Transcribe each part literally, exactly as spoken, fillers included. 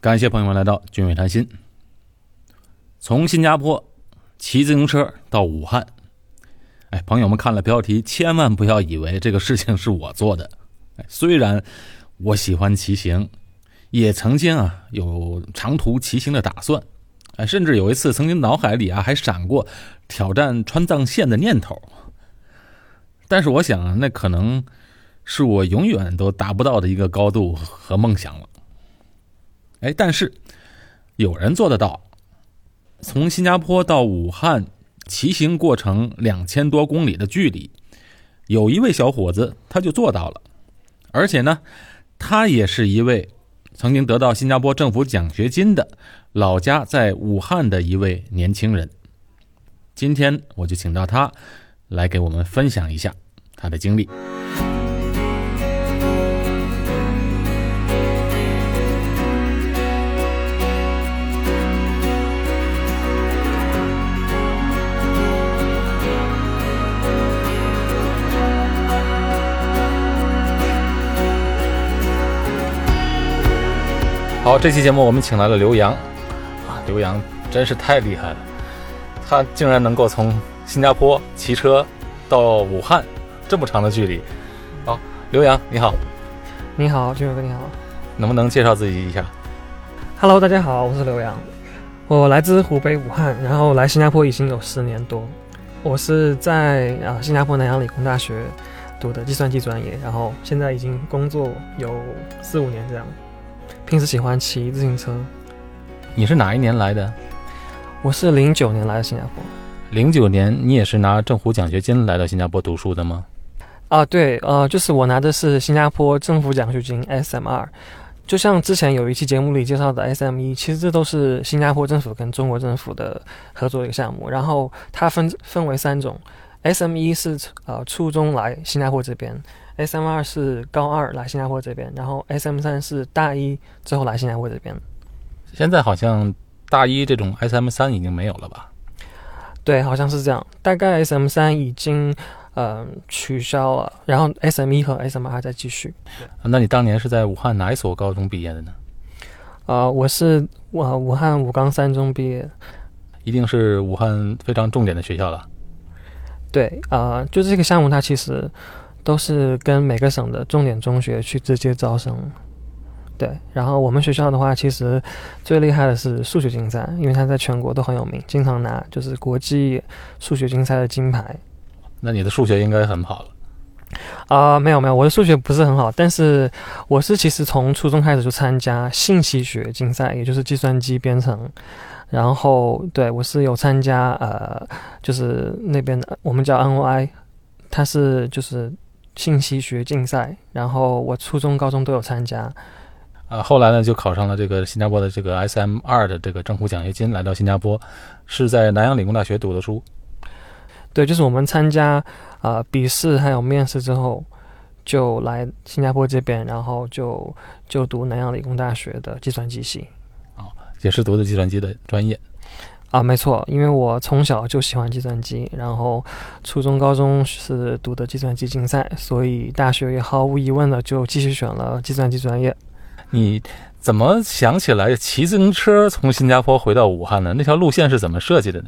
感谢朋友们来到军伟谈心。从新加坡骑自行车到武汉，哎，朋友们看了标题千万不要以为这个事情是我做的。哎，虽然我喜欢骑行，也曾经啊有长途骑行的打算，哎，甚至有一次曾经脑海里啊还闪过挑战川藏线的念头。但是我想啊，那可能是我永远都达不到的一个高度和梦想了。哎，但是有人做得到，从新加坡到武汉骑行过程两千多公里的距离，有一位小伙子他就做到了，而且呢，他也是一位曾经得到新加坡政府奖学金的老家在武汉的一位年轻人。今天我就请到他来给我们分享一下他的经历。好，这期节目我们请来了刘洋啊，刘洋真是太厉害了，他竟然能够从新加坡骑车到武汉这么长的距离。好，刘洋你好。 你好，军伟哥你好。 能不能介绍自己一下？ Hello， 大家好，我是刘洋，我来自湖北武汉，然后来新加坡已经有十年多。我是在啊新加坡南洋理工大学读的计算机专业，然后现在已经工作有四五年这样。平时喜欢骑自行车。 你是哪一年来的？ 我是零九年来的新加坡。 零九年你也是拿政府奖学金来到新加坡读书的吗？ 啊，对，呃，就是我拿的是新加坡政府奖学金 S M R， 就像之前有一期节目里介绍的 S M E， 其实这都是新加坡政府跟中国政府的合作的一个项目。然后它分分为三种 ，S M E 是呃初中来新加坡这边。S M 二 是高二来新加坡这边，然后 S M 三 是大一之后来新加坡这边。 现在好像大一这种 S M 三 已经没有了吧？ 对，好像是这样。大概 S M 三 已经呃取消了，然后 S M 一 和 S M 二 还在继续。 那你当年是在武汉哪一所高中毕业的呢？ 呃，我是呃武汉武冈三中毕业。 一定是武汉非常重点的学校了。 对，呃，就这个项目它其实都是跟每个省的重点中学去直接招生。对，然后我们学校的话，其实最厉害的是数学竞赛，因为它在全国都很有名，经常拿就是国际数学竞赛的金牌。 那你的数学应该很好了。 啊、呃，没有没有，我的数学不是很好，但是我是其实从初中开始就参加信息学竞赛，也就是计算机编程。然后对我是有参加呃，就是那边的我们叫 N O I， 它是就是信息学竞赛，然后我初中高中都有参加。 啊，后来呢就考上了这个新加坡的这个 S M 二 的这个政府奖学金，来到新加坡，是在南洋理工大学读的书。 对，就是我们参加啊、呃、笔试还有面试之后，就来新加坡这边，然后就就读南洋理工大学的计算机系。 哦，也是读的计算机的专业。 啊，没错，因为我从小就喜欢计算机，然后初中、高中是读的计算机竞赛，所以大学也毫无疑问的就继续选了计算机专业。 你怎么想起来骑自行车从新加坡回到武汉呢？那条路线是怎么设计的呢？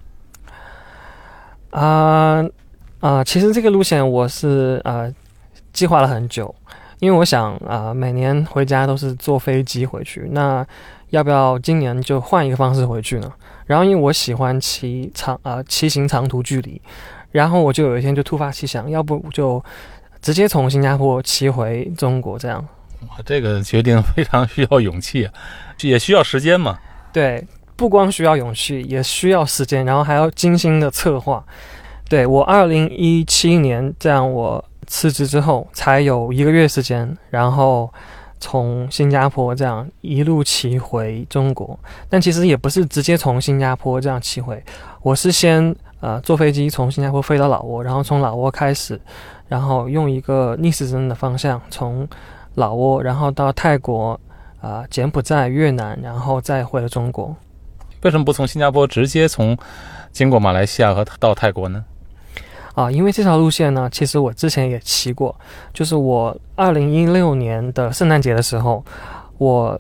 啊啊、呃呃，其实这个路线我是呃计划了很久，因为我想啊、呃、每年回家都是坐飞机回去，那要不要今年就换一个方式回去呢？然后因为我喜欢骑长呃骑行长途距离，然后我就有一天就突发奇想，要不就直接从新加坡骑回中国这样。 哇，这个决定非常需要勇气啊，也需要时间嘛。 对，不光需要勇气，也需要时间，然后还要精心的策划。对，我二零一七年这样，我辞职之后才有一个月时间，然后从新加坡这样一路骑回中国。但其实也不是直接从新加坡这样骑回，我是先呃坐飞机从新加坡飞到老挝，然后从老挝开始，然后用一个逆时针的方向从老挝，然后到泰国、啊、呃、柬埔寨、越南，然后再回了中国。 为什么不从新加坡直接从经过马来西亚和到泰国呢？ 啊，因为这条路线呢，其实我之前也骑过，就是我二零一六年的圣诞节的时候，我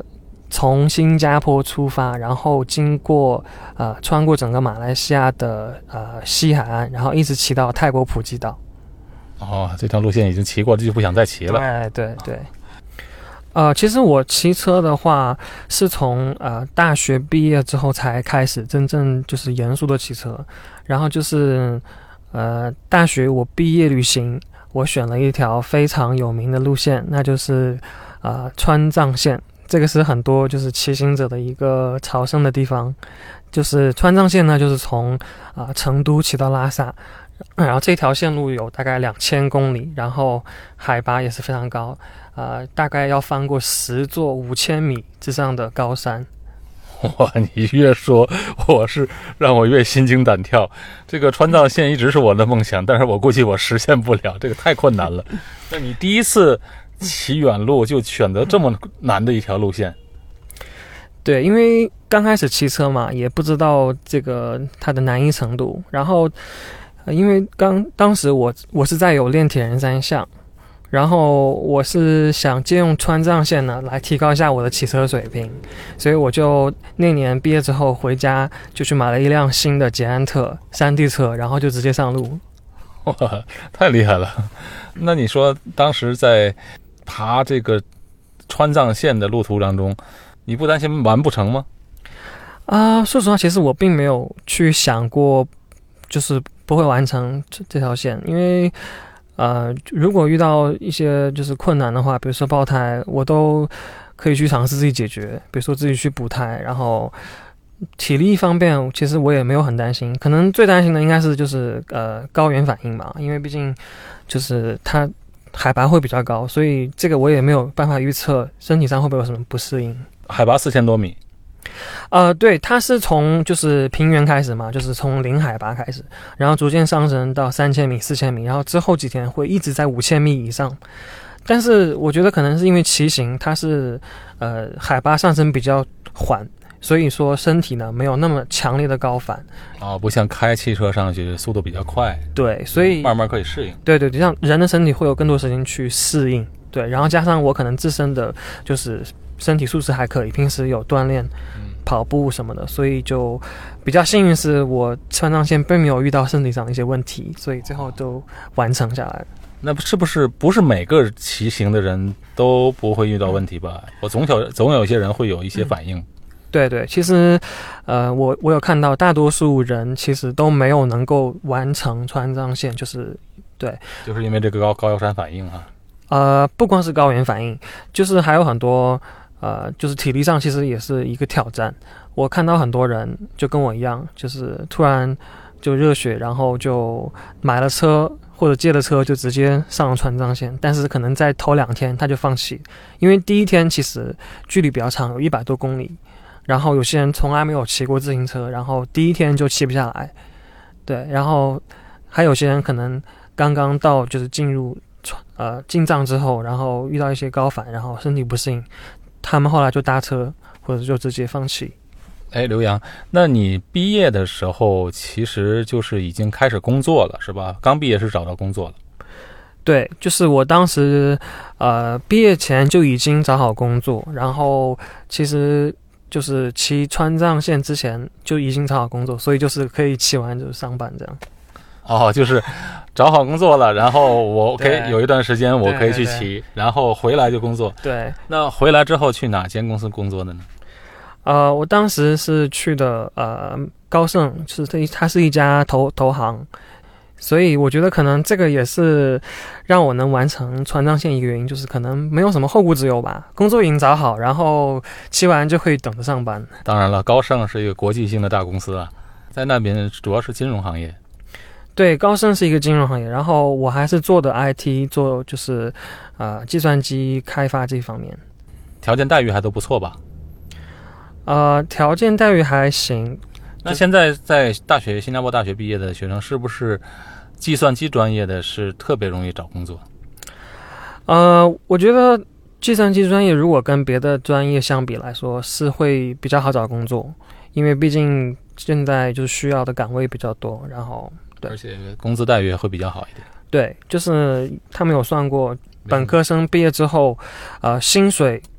从新加坡出发，然后经过呃穿过整个马来西亚的呃西海岸，然后一直骑到泰国普吉岛。 哦，这条路线已经骑过，就不想再骑了。 对对对。呃，其实我骑车的话，是从呃大学毕业之后才开始真正就是严肃的骑车，然后就是呃大学我毕业旅行，我选了一条非常有名的路线，那就是呃川藏线。这个是很多就是骑行者的一个朝圣的地方，就是川藏线呢，就是从啊、呃、成都骑到拉萨，然后这条线路有大概两千公里，然后海拔也是非常高，呃，大概要翻过十座五千米之上的高山。 哇，你越说我是让我越心惊胆跳。这个川藏线一直是我的梦想，但是我估计我实现不了，这个太困难了。那你第一次骑远路就选择这么难的一条路线？ 对，因为刚开始骑车嘛，也不知道这个它的难易程度。然后，呃、因为刚当时我我是在有练铁人三项，然后我是想借用川藏线呢来提高一下我的骑车水平，所以我就那年毕业之后回家就去买了一辆新的捷安特山地车，然后就直接上路。 哇，太厉害了！那你说当时在爬这个川藏线的路途当中，你不担心完不成吗？ 啊、呃，说实话，其实我并没有去想过，就是不会完成 这, 这条线，因为呃，如果遇到一些就是困难的话，比如说爆胎，我都可以去尝试自己解决，比如说自己去补胎，然后体力方面，其实我也没有很担心，可能最担心的应该是就是呃高原反应吧，因为毕竟就是它海拔会比较高，所以这个我也没有办法预测身体上会不会有什么不适应。 海拔四千多米， 呃，对，它是从就是平原开始嘛，就是从零海拔开始，然后逐渐上升到三千米、四千米，然后之后几天会一直在五千米以上。但是我觉得可能是因为骑行它是呃海拔上升比较缓，所以说身体呢没有那么强烈的高反。 哦，不像开汽车上去速度比较快。 对，所以慢慢可以适应。 对对对，让人的身体会有更多时间去适应。对，然后加上我可能自身的就是身体素质还可以，平时有锻炼、跑步什么的，所以就比较幸运，是我川藏线并没有遇到身体上的一些问题，所以最后都完成下来了。 那是不是不是每个骑行的人都不会遇到问题吧？我总有总有一些人会有一些反应。 嗯、对对，其实呃，我我有看到大多数人其实都没有能够完成川藏线，就是对， 就是因为这个高高原山反应啊。 呃，不光是高原反应，就是还有很多呃，就是体力上其实也是一个挑战。我看到很多人就跟我一样，就是突然就热血，然后就买了车或者借了车就直接上了川藏线，但是可能在头两天他就放弃，因为第一天其实距离比较长，有一百多公里，然后有些人从来没有骑过自行车，然后第一天就骑不下来，对，然后还有些人可能刚刚到就是进入呃进藏之后，然后遇到一些高反，然后身体不适应，他们后来就搭车或者就直接放弃。 哎，刘洋，那你毕业的时候其实就是已经开始工作了，是吧？刚毕业是找到工作了。 对，就是我当时呃毕业前就已经找好工作，然后其实就是骑川藏线之前就已经找好工作，所以就是可以骑完就上班这样。 哦，就是找好工作了，然后我可以有一段时间我可以去骑， 对对对， 然后回来就工作。 对， 那回来之后去哪间公司工作的呢？ 呃，我当时是去的呃高盛，是它是一家投投行，所以我觉得可能这个也是让我能完成川藏线一个原因，就是可能没有什么后顾之忧吧，工作已经找好，然后骑完就可以等着上班。 当然了，高盛是一个国际性的大公司啊，在那边主要是金融行业。 对，高盛是一个金融行业，然后我还是做的 I T， 做就是呃计算机开发这方面。 条件待遇还都不错吧？ 呃，条件待遇还行。 那现在在大学，新加坡大学毕业的学生，是不是计算机专业的是特别容易找工作？ 呃，我觉得计算机专业如果跟别的专业相比来说，是会比较好找工作，因为毕竟现在就是需要的岗位比较多，然后对， 而且工资待遇会比较好一点。 对，就是他们有算过，本科生毕业之后，呃，薪水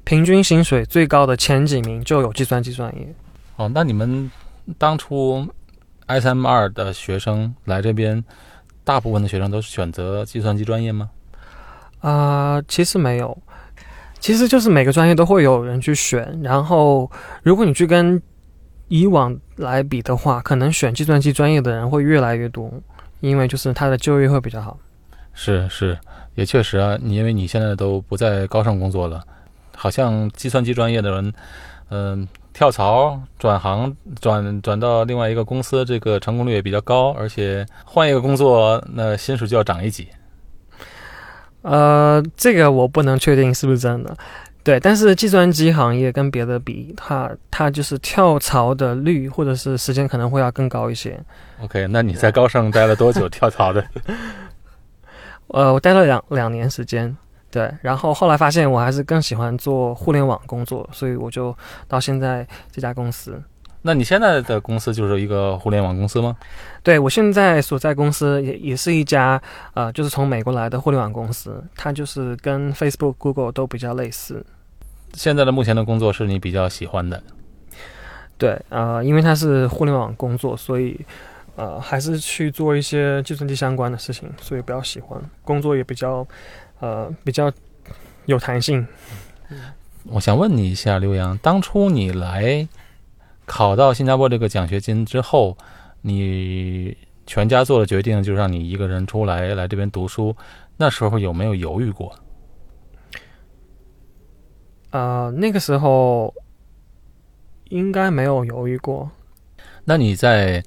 平均薪水最高的前几名就有计算机专业。 哦，那你们当初 S M 二的学生来这边，大部分的学生都是选择计算机专业吗？ 啊、呃，其实没有，其实就是每个专业都会有人去选，然后如果你去跟以往来比的话，可能选计算机专业的人会越来越多，因为就是他的就业会比较好。 是是，也确实啊，你因为你现在都不在高盛工作了，好像计算机专业的人，嗯、呃，跳槽转行转转到另外一个公司，这个成功率也比较高，而且换一个工作，那薪水就要涨一级。 呃，这个我不能确定是不是真的。对，但是计算机行业跟别的比，它它就是跳槽的率或者是时间可能会要更高一些。 OK， 那你在高盛待了多久跳槽的？ 呃，我待了两两年时间，对，然后后来发现我还是更喜欢做互联网工作，所以我就到现在这家公司。 那你现在的公司就是一个互联网公司吗？ 对，我现在所在公司也也是一家呃，就是从美国来的互联网公司，它就是跟 Facebook、Google 都比较类似。 现在的目前的工作是你比较喜欢的？ 对，呃，因为它是互联网工作，所以呃，还是去做一些计算机相关的事情，所以比较喜欢，工作也比较呃比较有弹性。 我想问你一下，刘洋，当初你来考到新加坡这个奖学金之后，你全家做了决定，就让你一个人出来来这边读书，那时候有没有犹豫过？ 呃，那个时候应该没有犹豫过。 那你在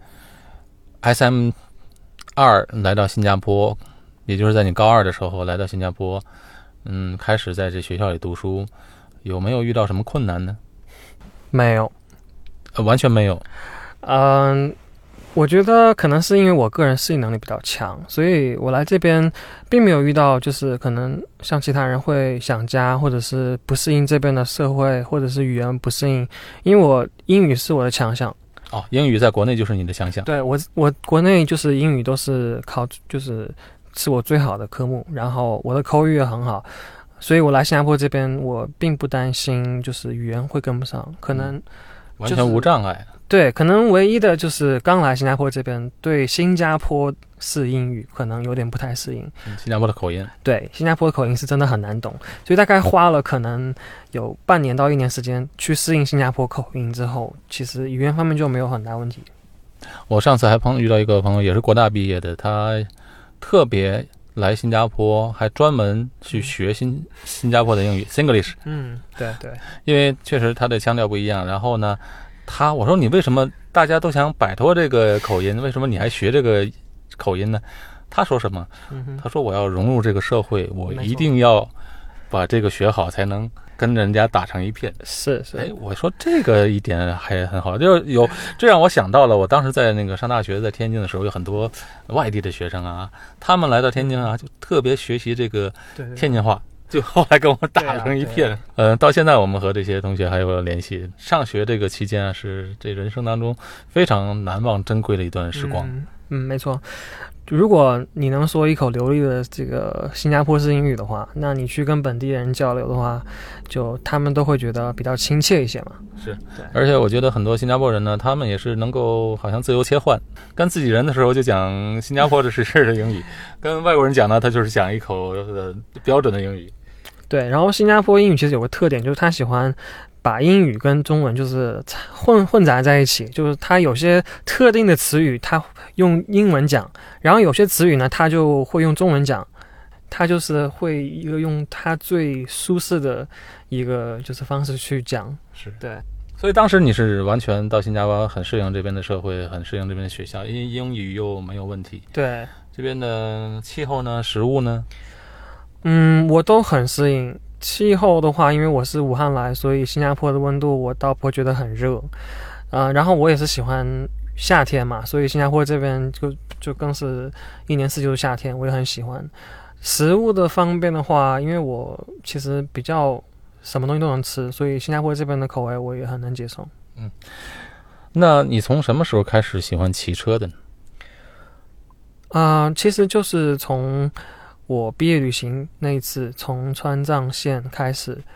S M 二来到新加坡，也就是在你高二的时候来到新加坡，嗯，开始在这学校里读书，有没有遇到什么困难呢？ 没有， 呃，完全没有。 嗯、呃，我觉得可能是因为我个人适应能力比较强，所以我来这边并没有遇到就是可能像其他人会想家，或者是不适应这边的社会，或者是语言不适应，因为我英语是我的强项。 哦，英语在国内就是你的强项。 对，我我国内就是英语都是考就是是我最好的科目，然后我的口语也很好，所以我来新加坡这边我并不担心就是语言会跟不上，可能、 嗯、完全无障碍。 对，可能唯一的就是刚来新加坡这边对新加坡式英语可能有点不太适应、 嗯、新加坡的口音， 对，新加坡的口音是真的很难懂，所以大概花了可能有半年到一年时间去适应新加坡口音之后，其实语言方面就没有很大问题。 我上次还碰遇到一个朋友，也是国大毕业的，他特别来新加坡，还专门去学新新加坡的英语 Singlish。 嗯，对对， 因为确实他的腔调不一样，然后呢他我说你为什么大家都想摆脱这个口音，为什么你还学这个口音呢？他说什么、嗯、他说我要融入这个社会，我一定要把这个学好，才能跟人家打成一片。 是是， 哎，我说这个一点还很好，就是有这让我想到了，我当时在那个上大学在天津的时候，有很多外地的学生啊，他们来到天津啊，就特别学习这个天津话，就后来跟我打成一片。呃，到现在我们和这些同学还有联系。上学这个期间啊，是这人生当中非常难忘珍贵的一段时光。 嗯，嗯没错。如果你能说一口流利的这个新加坡式英语的话，那你去跟本地人交流的话，就他们都会觉得比较亲切一些嘛。 是，而且我觉得很多新加坡人呢，他们也是能够好像自由切换，跟自己人的时候就讲新加坡的式的英语，跟外国人讲呢，他就是讲一口呃标准的英语。 对，然后新加坡英语其实有个特点，就是他喜欢把英语跟中文就是混混杂在一起，就是他有些特定的词语他用英文讲，然后有些词语呢他就会用中文讲，他就是会一个用他最舒适的一个就是方式去讲。 是， 对。 所以当时你是完全到新加坡很适应这边的社会，很适应这边的学校，因为英语又没有问题。 对， 这边的气候呢，食物呢？ 嗯，我都很适应。气候的话，因为我是武汉来，所以新加坡的温度我倒不会觉得很热。呃，然后我也是喜欢夏天嘛，所以新加坡这边就就更是一年四季都是夏天，我也很喜欢。食物的方面的话，因为我其实比较什么东西都能吃，所以新加坡这边的口味我也很能接受。 嗯，那你从什么时候开始喜欢骑车的呢？ 啊、呃，其实就是从我毕业旅行那一次，从川藏线开始，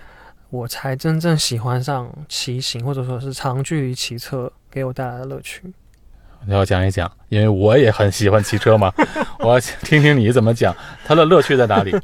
我才真正喜欢上骑行，或者说是长距离骑车给我带来的乐趣。 要讲一讲，因为我也很喜欢骑车嘛，我要听听你怎么讲，它的乐趣在哪里？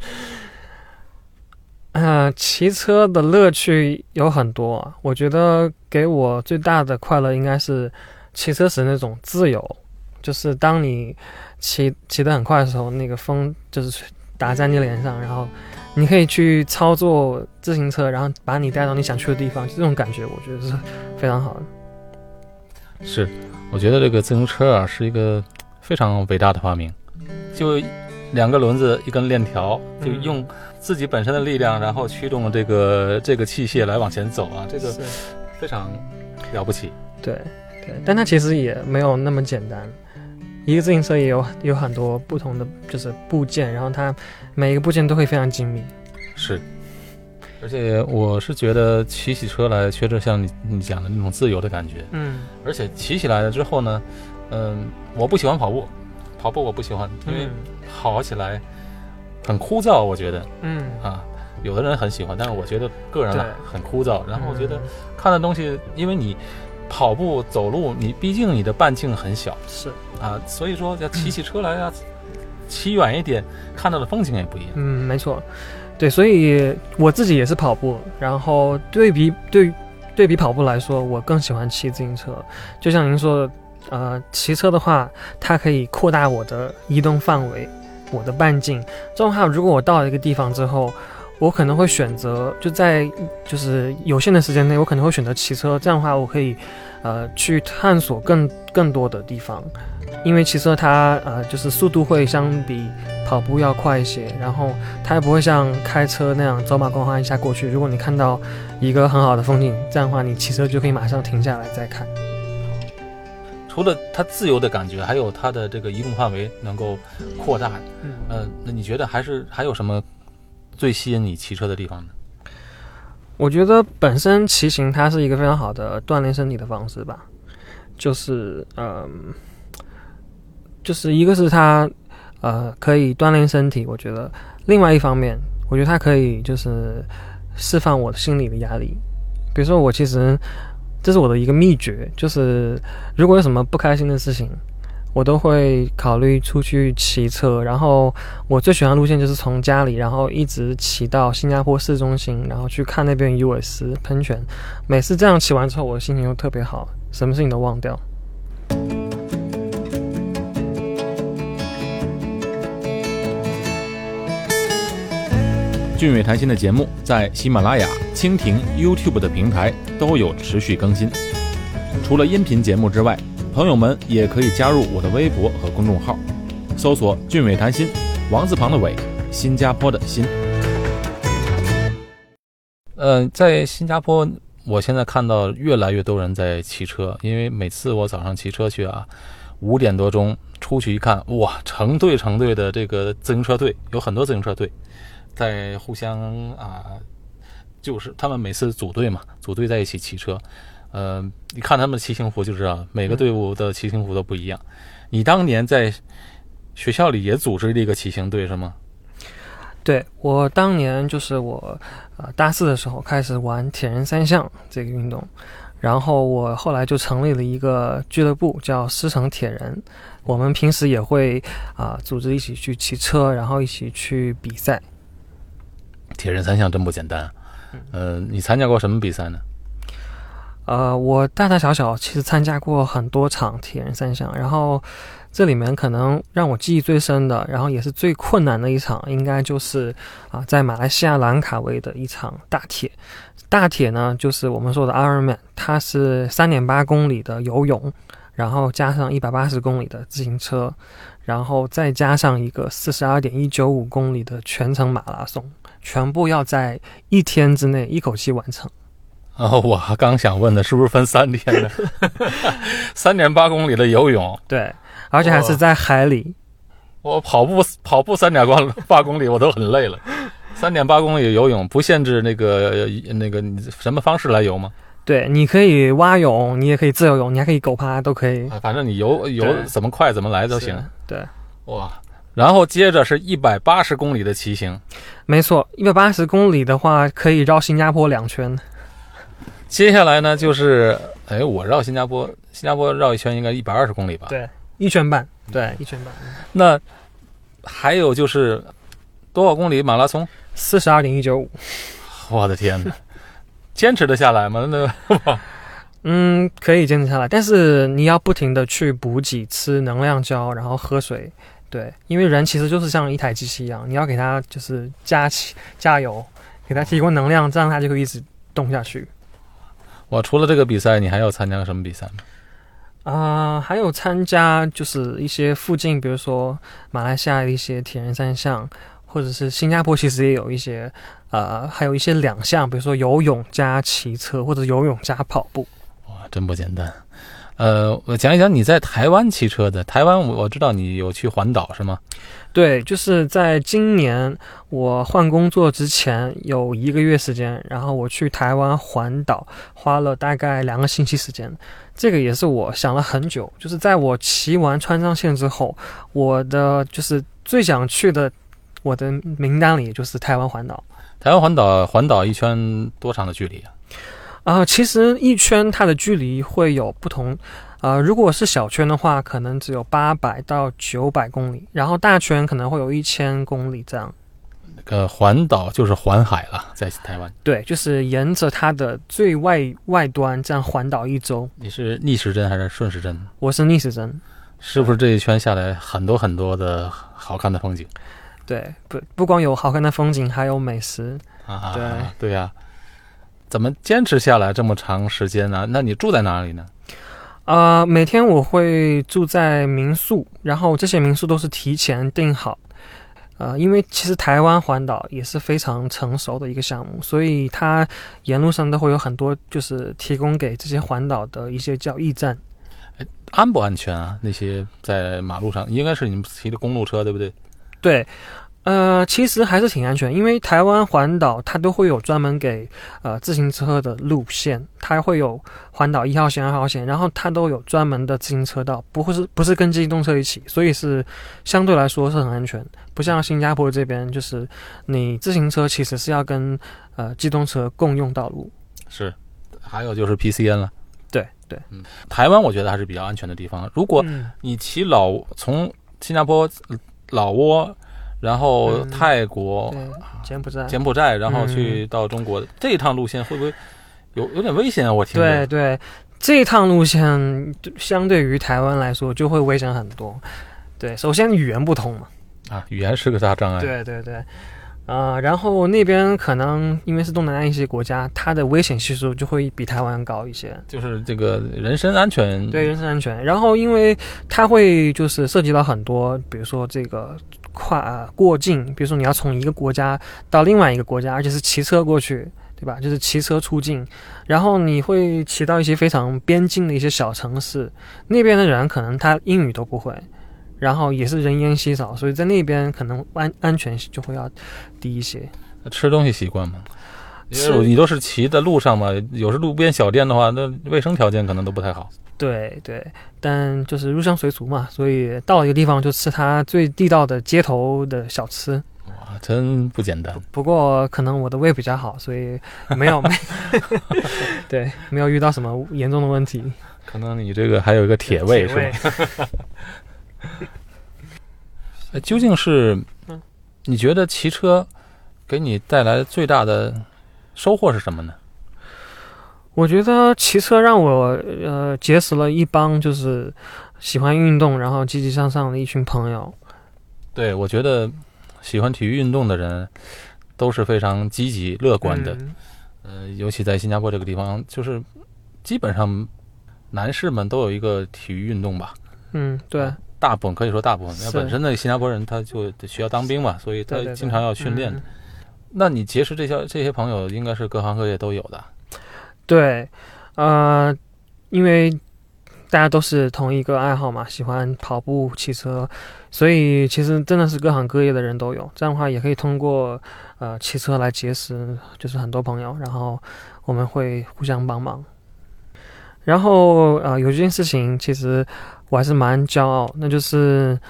呃，骑车的乐趣有很多啊，我觉得给我最大的快乐应该是骑车时那种自由，就是当你骑骑得很快的时候，那个风就是打在你脸上，然后你可以去操作自行车，然后把你带到你想去的地方，这种感觉我觉得是非常好的。 是，我觉得这个自行车啊是一个非常伟大的发明，就两个轮子一根链条，就用自己本身的力量，然后驱动这个这个器械来往前走啊，这个非常了不起。 对对，但它其实也没有那么简单。一个自行车也有有很多不同的就是部件，然后它每一个部件都会非常精密。 是，而且我是觉得骑起车来确实像你你讲的那种自由的感觉。 嗯，而且骑起来了之后呢，嗯，我不喜欢跑步，跑步我不喜欢，因为跑起来很枯燥，我觉得。 嗯啊，有的人很喜欢，但是我觉得个人啊很枯燥。然后我觉得看的东西，因为你跑步走路，你毕竟你的半径很小， 是啊，所以说要骑起车来啊，骑远一点，看到的风景也不一样。 嗯，没错，对，所以我自己也是跑步，然后对比对对比跑步来说，我更喜欢骑自行车。就像您说的，呃，骑车的话，它可以扩大我的移动范围，我的半径。这种话，如果我到了一个地方之后，我可能会选择就在就是有限的时间内，我可能会选择骑车。这样的话，我可以呃去探索更更多的地方，因为骑车它呃就是速度会相比跑步要快一些，然后它也不会像开车那样走马观花一下过去。如果你看到一个很好的风景，这样的话你骑车就可以马上停下来再看。 除了它自由的感觉，还有它的这个移动范围能够扩大。 嗯， 呃，那你觉得还是还有什么最吸引你骑车的地方呢？ 我觉得本身骑行它是一个非常好的锻炼身体的方式吧，就是嗯，就是一个是它呃可以锻炼身体，我觉得另外一方面，我觉得它可以就是释放我的心理的压力。比如说我其实这是我的一个秘诀，就是如果有什么不开心的事情，我都会考虑出去骑车，然后我最喜欢的路线就是从家里，然后一直骑到新加坡市中心，然后去看那边 U S 喷泉。每次这样骑完之后，我的心情就特别好，什么事情都忘掉。 俊伟谈心的节目在喜马拉雅、蜻蜓、YouTube 的平台都有持续更新。除了音频节目之外，朋友们也可以加入我的微博和公众号，搜索俊伟谈心，王字旁的伟，新加坡的新。呃，在新加坡，我现在看到越来越多人在骑车，因为每次我早上骑车去啊，五点多钟出去一看，哇，成队成队的这个自行车队，有很多自行车队在互相啊，就是他们每次组队嘛，组队在一起骑车。呃，你看他们的骑行服就知道，每个队伍的骑行服都不一样。你当年在学校里也组织了一个骑行队是吗？ 对，我当年就是我呃大四的时候开始玩铁人三项这个运动，然后我后来就成立了一个俱乐部叫狮城铁人。我们平时也会啊、呃、组织一起去骑车，然后一起去比赛。 铁人三项真不简单。呃，你参加过什么比赛呢？ 呃，我大大小小其实参加过很多场铁人三项，然后这里面可能让我记忆最深的，然后也是最困难的一场，应该就是啊、呃，在马来西亚兰卡威的一场大铁。大铁呢，就是我们说的 Ironman， 它是 三点八公里的游泳，然后加上一百八十公里的自行车，然后再加上一个 四十二点一九五公里的全程马拉松，全部要在一天之内一口气完成。 哦，我刚想问的是不是分三天呢？三点八公里的游泳， 对，而且还是在海里。 我跑步跑步三点八公里我都很累了，三点八公里游泳不限制那个那个你什么方式来游吗？ 对，你可以蛙泳，你也可以自由泳，你还可以狗爬，都可以。 反正你游游怎么快怎么来都行。 对， 哇， 然后接着是一百八十公里的骑行。 没错，一百八十公里的话可以绕新加坡两圈。 接下来呢就是哎，我绕新加坡新加坡绕一圈应该一百二十公里吧？ 对，一圈半。对，一圈半。 那还有就是多少公里马拉松？ 四十二点一九五。 我的天哪，坚持得下来吗？那嗯，可以坚持下来，但是你要不停的去补给、吃能量胶，然后喝水。对，因为人其实就是像一台机器一样，你要给它就是加气、加油，给它提供能量，这样它就会一直动下去。 我除了这个比赛，你还有参加什么比赛吗？ 啊、呃，还有参加就是一些附近，比如说马来西亚的一些铁人三项，或者是新加坡其实也有一些，呃，还有一些两项，比如说游泳加骑车，或者游泳加跑步。 哇，真不简单。呃，我讲一讲你在台湾骑车的。台湾我知道你有去环岛是吗？ 对，就是在今年我换工作之前有一个月时间，然后我去台湾环岛，花了大概两个星期时间。这个也是我想了很久，就是在我骑完川藏线之后，我的就是最想去的，我的名单里就是台湾环岛。 台湾环岛环岛一圈多长的距离啊？ 啊、呃，其实一圈它的距离会有不同，呃，如果是小圈的话，可能只有八百到九百公里，然后大圈可能会有一千公里这样。 那个环岛就是环海了，在台湾。 对，就是沿着它的最外外端这样环岛一周。 你是逆时针还是顺时针？ 我是逆时针。 是不是这一圈下来很多很多的好看的风景？ 对，不不光有好看的风景，还有美食。 啊， 对对呀、啊。怎么坚持下来这么长时间呢？那你住在哪里呢？ 呃，每天我会住在民宿，然后这些民宿都是提前订好。呃，因为其实台湾环岛也是非常成熟的一个项目，所以它沿路上都会有很多就是提供给这些环岛的一些叫驿站。 安不安全啊？那些在马路上，应该是你们骑的公路车对不对？ 对。呃，其实还是挺安全，因为台湾环岛它都会有专门给呃自行车的路线，它会有环岛一号线、二号线，然后它都有专门的自行车道，不会是不是跟机动车一起，所以是相对来说是很安全。不像新加坡这边，就是你自行车其实是要跟呃机动车共用道路。 是，还有就是 P C N 了。 对对， 嗯，台湾我觉得还是比较安全的地方。如果你骑老从新加坡老挝。然后泰国、 嗯、柬埔寨、 柬埔寨，然后去到中国、嗯、这一趟路线会不会有有点危险啊？我听对对，这一趟路线相对于台湾来说就会危险很多。对，首先语言不通嘛， 啊，语言是个大障碍。 对对对，啊、呃，然后那边可能因为是东南亚一些国家，它的危险系数就会比台湾高一些。 就是这个人身安全， 对人身安全。然后因为它会就是涉及到很多，比如说这个。跨、呃、过境，比如说你要从一个国家到另外一个国家，而且是骑车过去，对吧？就是骑车出境，然后你会骑到一些非常边境的一些小城市，那边的人可能他英语都不会，然后也是人烟稀少，所以在那边可能安安全就会要低一些。 吃东西习惯吗？因为你都是骑在路上嘛，有时路边小店的话，那卫生条件可能都不太好。 对对，但就是入乡随俗嘛，所以到了一个地方就吃它最地道的街头的小吃。 哇，真不简单。 不, 不过可能我的胃比较好，所以没有没对，没有遇到什么严重的问题。 可能你这个还有一个铁胃是吧？究竟是你觉得骑车给你带来最大的收获是什么呢？ 我觉得骑车让我呃结识了一帮就是喜欢运动然后积极向上的一群朋友。 对，我觉得喜欢体育运动的人都是非常积极乐观的、嗯、呃，尤其在新加坡这个地方，就是基本上男士们都有一个体育运动吧。 嗯，对， 大部分可以说大部分，那本身的新加坡人他就需要当兵嘛，所以他经常要训练。对对对、嗯、那你结识这些这些朋友应该是各行各业都有的。 对，呃，因为大家都是同一个爱好嘛，喜欢跑步、骑车，所以其实真的是各行各业的人都有。这样的话，也可以通过呃骑车来结识，就是很多朋友，然后我们会互相帮忙。然后呃，有一件事情其实我还是蛮骄傲，那就是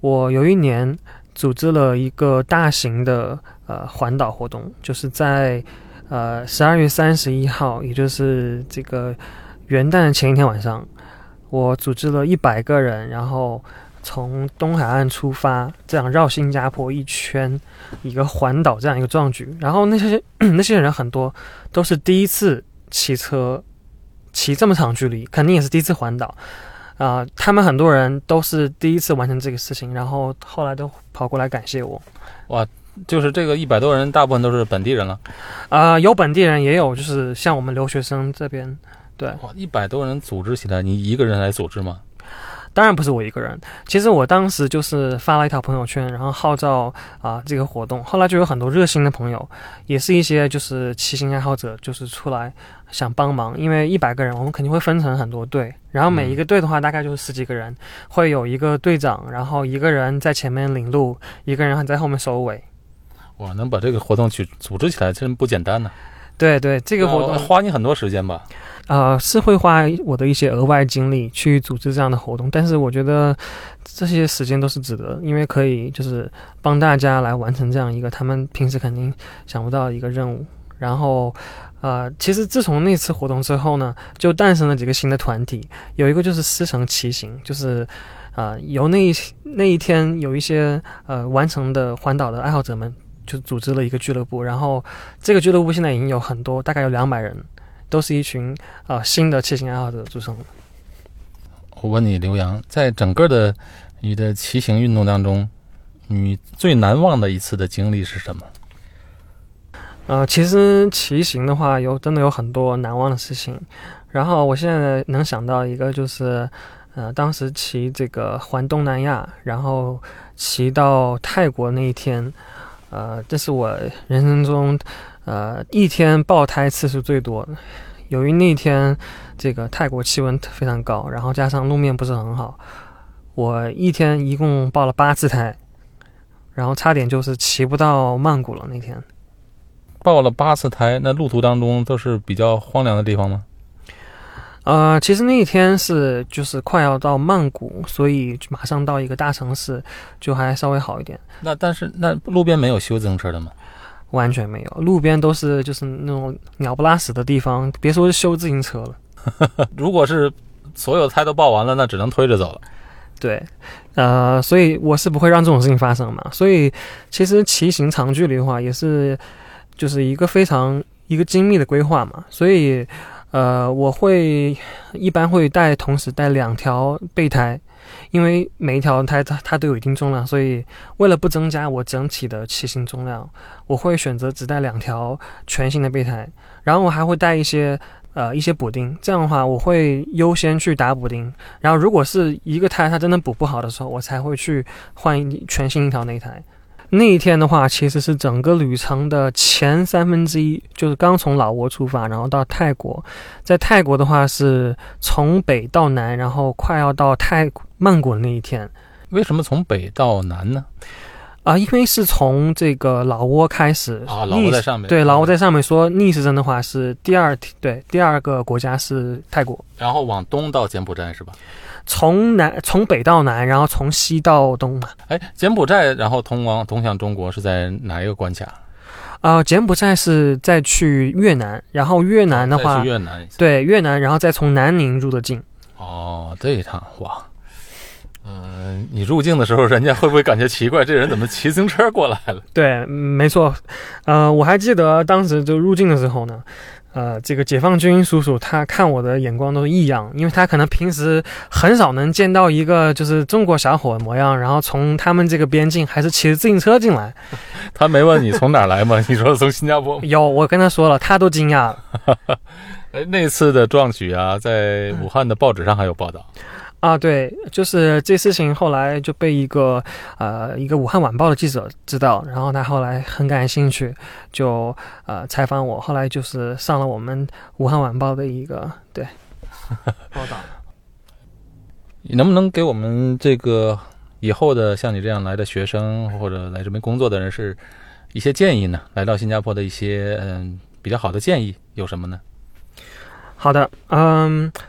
我有一年组织了一个大型的呃环岛活动，就是在呃十二月三十一号，也就是这个元旦的前一天晚上，我组织了一百个人，然后从东海岸出发，这样绕新加坡一圈，一个环岛这样一个壮举。然后那些那些人很多都是第一次骑车，骑这么长距离，肯定也是第一次环岛啊、呃。他们很多人都是第一次完成这个事情，然后后来都跑过来感谢我。 哇，就是这个一百多人，大部分都是本地人了。 啊、呃，有本地人，也有就是像我们留学生这边。对， 哇，一百多人组织起来，你一个人来组织吗？ 当然不是我一个人，其实我当时就是发了一条朋友圈，然后号召啊、呃、这个活动，后来就有很多热心的朋友，也是一些就是骑行爱好者，就是出来想帮忙，因为一百个人，我们肯定会分成很多队，然后每一个队的话大概就是十几个人，会有一个队长，然后一个人在前面领路，一个人在后面收尾。 哇，能把这个活动去组织起来真不简单呢、啊。 对对，这个活动、 呃、花你很多时间吧？ 呃，是会花我的一些额外精力去组织这样的活动，但是我觉得这些时间都是值得，因为可以就是帮大家来完成这样一个他们平时肯定想不到的一个任务。然后，呃，其实自从那次活动之后呢，就诞生了几个新的团体，有一个就是狮城骑行，就是呃由那一那一天有一些呃完成的环岛的爱好者们就组织了一个俱乐部，然后这个俱乐部现在已经有很多，大概有两百人。都是一群啊、呃、新的骑行爱好者组成的。 我问你，刘洋，在整个的你的骑行运动当中，你最难忘的一次的经历是什么？ 呃，其实骑行的话，有真的有很多难忘的事情。然后我现在能想到一个，就是呃，当时骑这个环东南亚，然后骑到泰国那一天，呃，这是我人生中。呃，一天爆胎次数最多的，由于那天这个泰国气温非常高，然后加上路面不是很好，我一天一共爆了八次胎，然后差点就是骑不到曼谷了。那天爆了八次胎，那路途当中都是比较荒凉的地方吗？ 呃，其实那一天是就是快要到曼谷，所以马上到一个大城市，就还稍微好一点。 那但是那路边没有修自行车的吗？ 完全没有，路边都是就是那种鸟不拉屎的地方，别说是修自行车了。 如果是所有胎都爆完了，那只能推着走了。 对，呃，所以我是不会让这种事情发生嘛。所以其实骑行长距离的话，也是就是一个非常一个精密的规划嘛。所以呃，我会一般会带同时带两条备胎。因为每一条胎它它都有一定重量，所以为了不增加我整体的骑行重量，我会选择只带两条全新的备胎，然后我还会带一些呃一些补丁，这样的话我会优先去打补丁，然后如果是一个胎它真的补不好的时候，我才会去换一全新一条内胎。那一天的话，其实是整个旅程的前三分之一，就是刚从老挝出发，然后到泰国。在泰国的话，是从北到南，然后快要到泰曼谷的那一天。 为什么从北到南呢？ 啊、呃，因为是从这个老挝开始啊，老挝在上面。 对，老挝在上面说逆时针的话是第二，对，第二个国家是泰国， 然后往东到柬埔寨是吧？ 从南从北到南，然后从西到东嘛。 哎，柬埔寨然后通往通向中国是在哪一个关卡？ 呃，柬埔寨是再去越南，然后越南的话， 再去越南， 对越南，然后再从南宁入的境。 哦，这一趟哇，嗯、呃，你入境的时候，人家会不会感觉奇怪？这人怎么骑自行车过来了？ 对，没错，呃，我还记得当时就入境的时候呢。呃，这个解放军叔叔他看我的眼光都是异样，因为他可能平时很少能见到一个就是中国小伙的模样，然后从他们这个边境还是骑着自行车进来。 他没问你从哪儿来吗？你说从新加坡？ 有，我跟他说了，他都惊讶了。 哎，那次的壮举啊，在武汉的报纸上还有报道。 啊，对，就是这事情后来就被一个呃一个武汉晚报的记者知道，然后他后来很感兴趣，就呃采访我，后来就是上了我们武汉晚报的一个对报道。 你能不能给我们这个以后的像你这样来的学生或者来这边工作的人士一些建议呢？来到新加坡的一些嗯比较好的建议有什么呢？ 好的，嗯。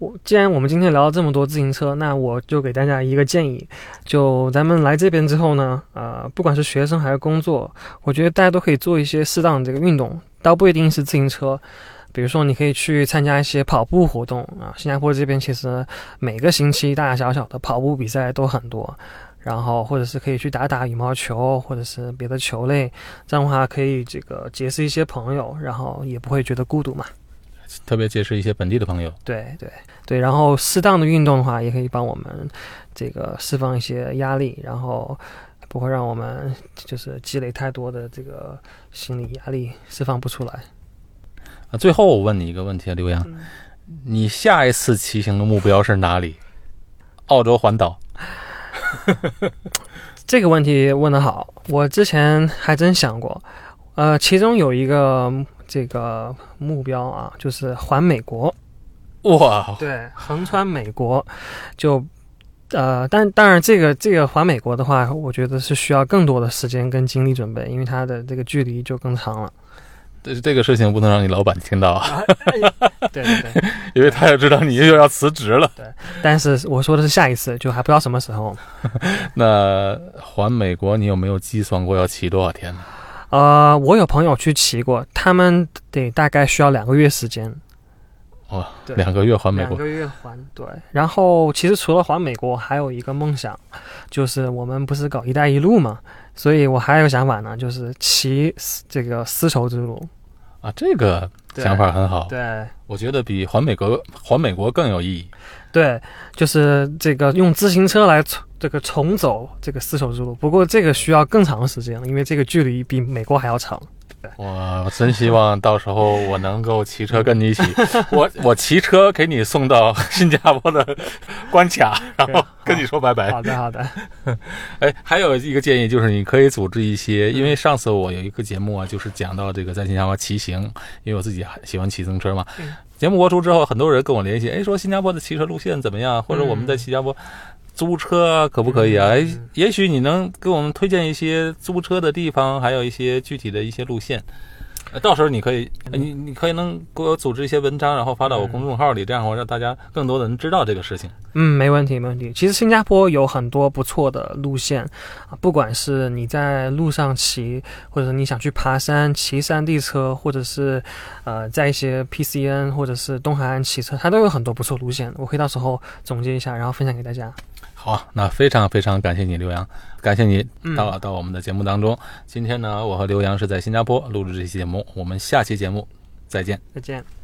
我既然我们今天聊了这么多自行车，那我就给大家一个建议，就咱们来这边之后呢，呃，不管是学生还是工作，我觉得大家都可以做一些适当的这个运动，倒不一定是自行车。比如说，你可以去参加一些跑步活动啊。新加坡这边其实每个星期大大小小的跑步比赛都很多，然后或者是可以去打打羽毛球，或者是别的球类，这样的话可以这个结识一些朋友，然后也不会觉得孤独嘛。 特别结识一些本地的朋友。 对对对，然后适当的运动的话，也可以帮我们这个释放一些压力，然后不会让我们就是积累太多的这个心理压力，释放不出来。 啊，最后我问你一个问题啊，刘洋， 嗯、 你下一次骑行的目标是哪里？澳洲环岛？ 这个问题问得好，我之前还真想过，呃，其中有一个这个目标啊，就是环美国。 哇， 对，横穿美国，就呃，但当然这个这个环美国的话，我觉得是需要更多的时间跟精力准备，因为它的这个距离就更长了。 这这个事情不能让你老板听到啊！ 对对对， 因为他也知道你又要辞职了。 对，但是我说的是下一次，就还不知道什么时候。 那环美国，你有没有计算过要骑多少天呢？ 呃，我有朋友去骑过，他们得大概需要两个月时间。 哦，两个月环美国， 两个月环对。然后其实除了环美国，还有一个梦想，就是我们不是搞“一带一路”嘛，所以我还有想法呢，就是骑这个丝绸之路。 啊，这个想法很好。 对， 我觉得比环美国环美国更有意义。 对，就是这个用自行车来这个重走这个丝绸之路，不过这个需要更长的时间，因为这个距离比美国还要长。 我真希望到时候我能够骑车跟你一起，我我骑车给你送到新加坡的关卡，然后跟你说拜拜。 好的好的。 哎，还有一个建议就是你可以组织一些，因为上次我有一个节目啊，就是讲到这个在新加坡骑行，因为我自己喜欢骑自行车嘛。 嗯、 节目播出之后，很多人跟我联系，哎，说新加坡的骑车路线怎么样，或者我们在新加坡租车可不可以啊？哎、嗯，也许你能给我们推荐一些租车的地方，还有一些具体的一些路线。到时候你可以，你你可以能给我组织一些文章，然后发到我公众号里，这样我让大家更多的人知道这个事情。 嗯，没问题，没问题。其实新加坡有很多不错的路线，不管是你在路上骑，或者你想去爬山、骑山地车，或者是呃在一些 P C N 或者是东海岸骑车，它都有很多不错路线。我可以到时候总结一下，然后分享给大家。 好，那非常非常感谢你，刘洋，感谢你到、嗯、到我们的节目当中。今天呢，我和刘洋是在新加坡录制这期节目，我们下期节目再见， 再见。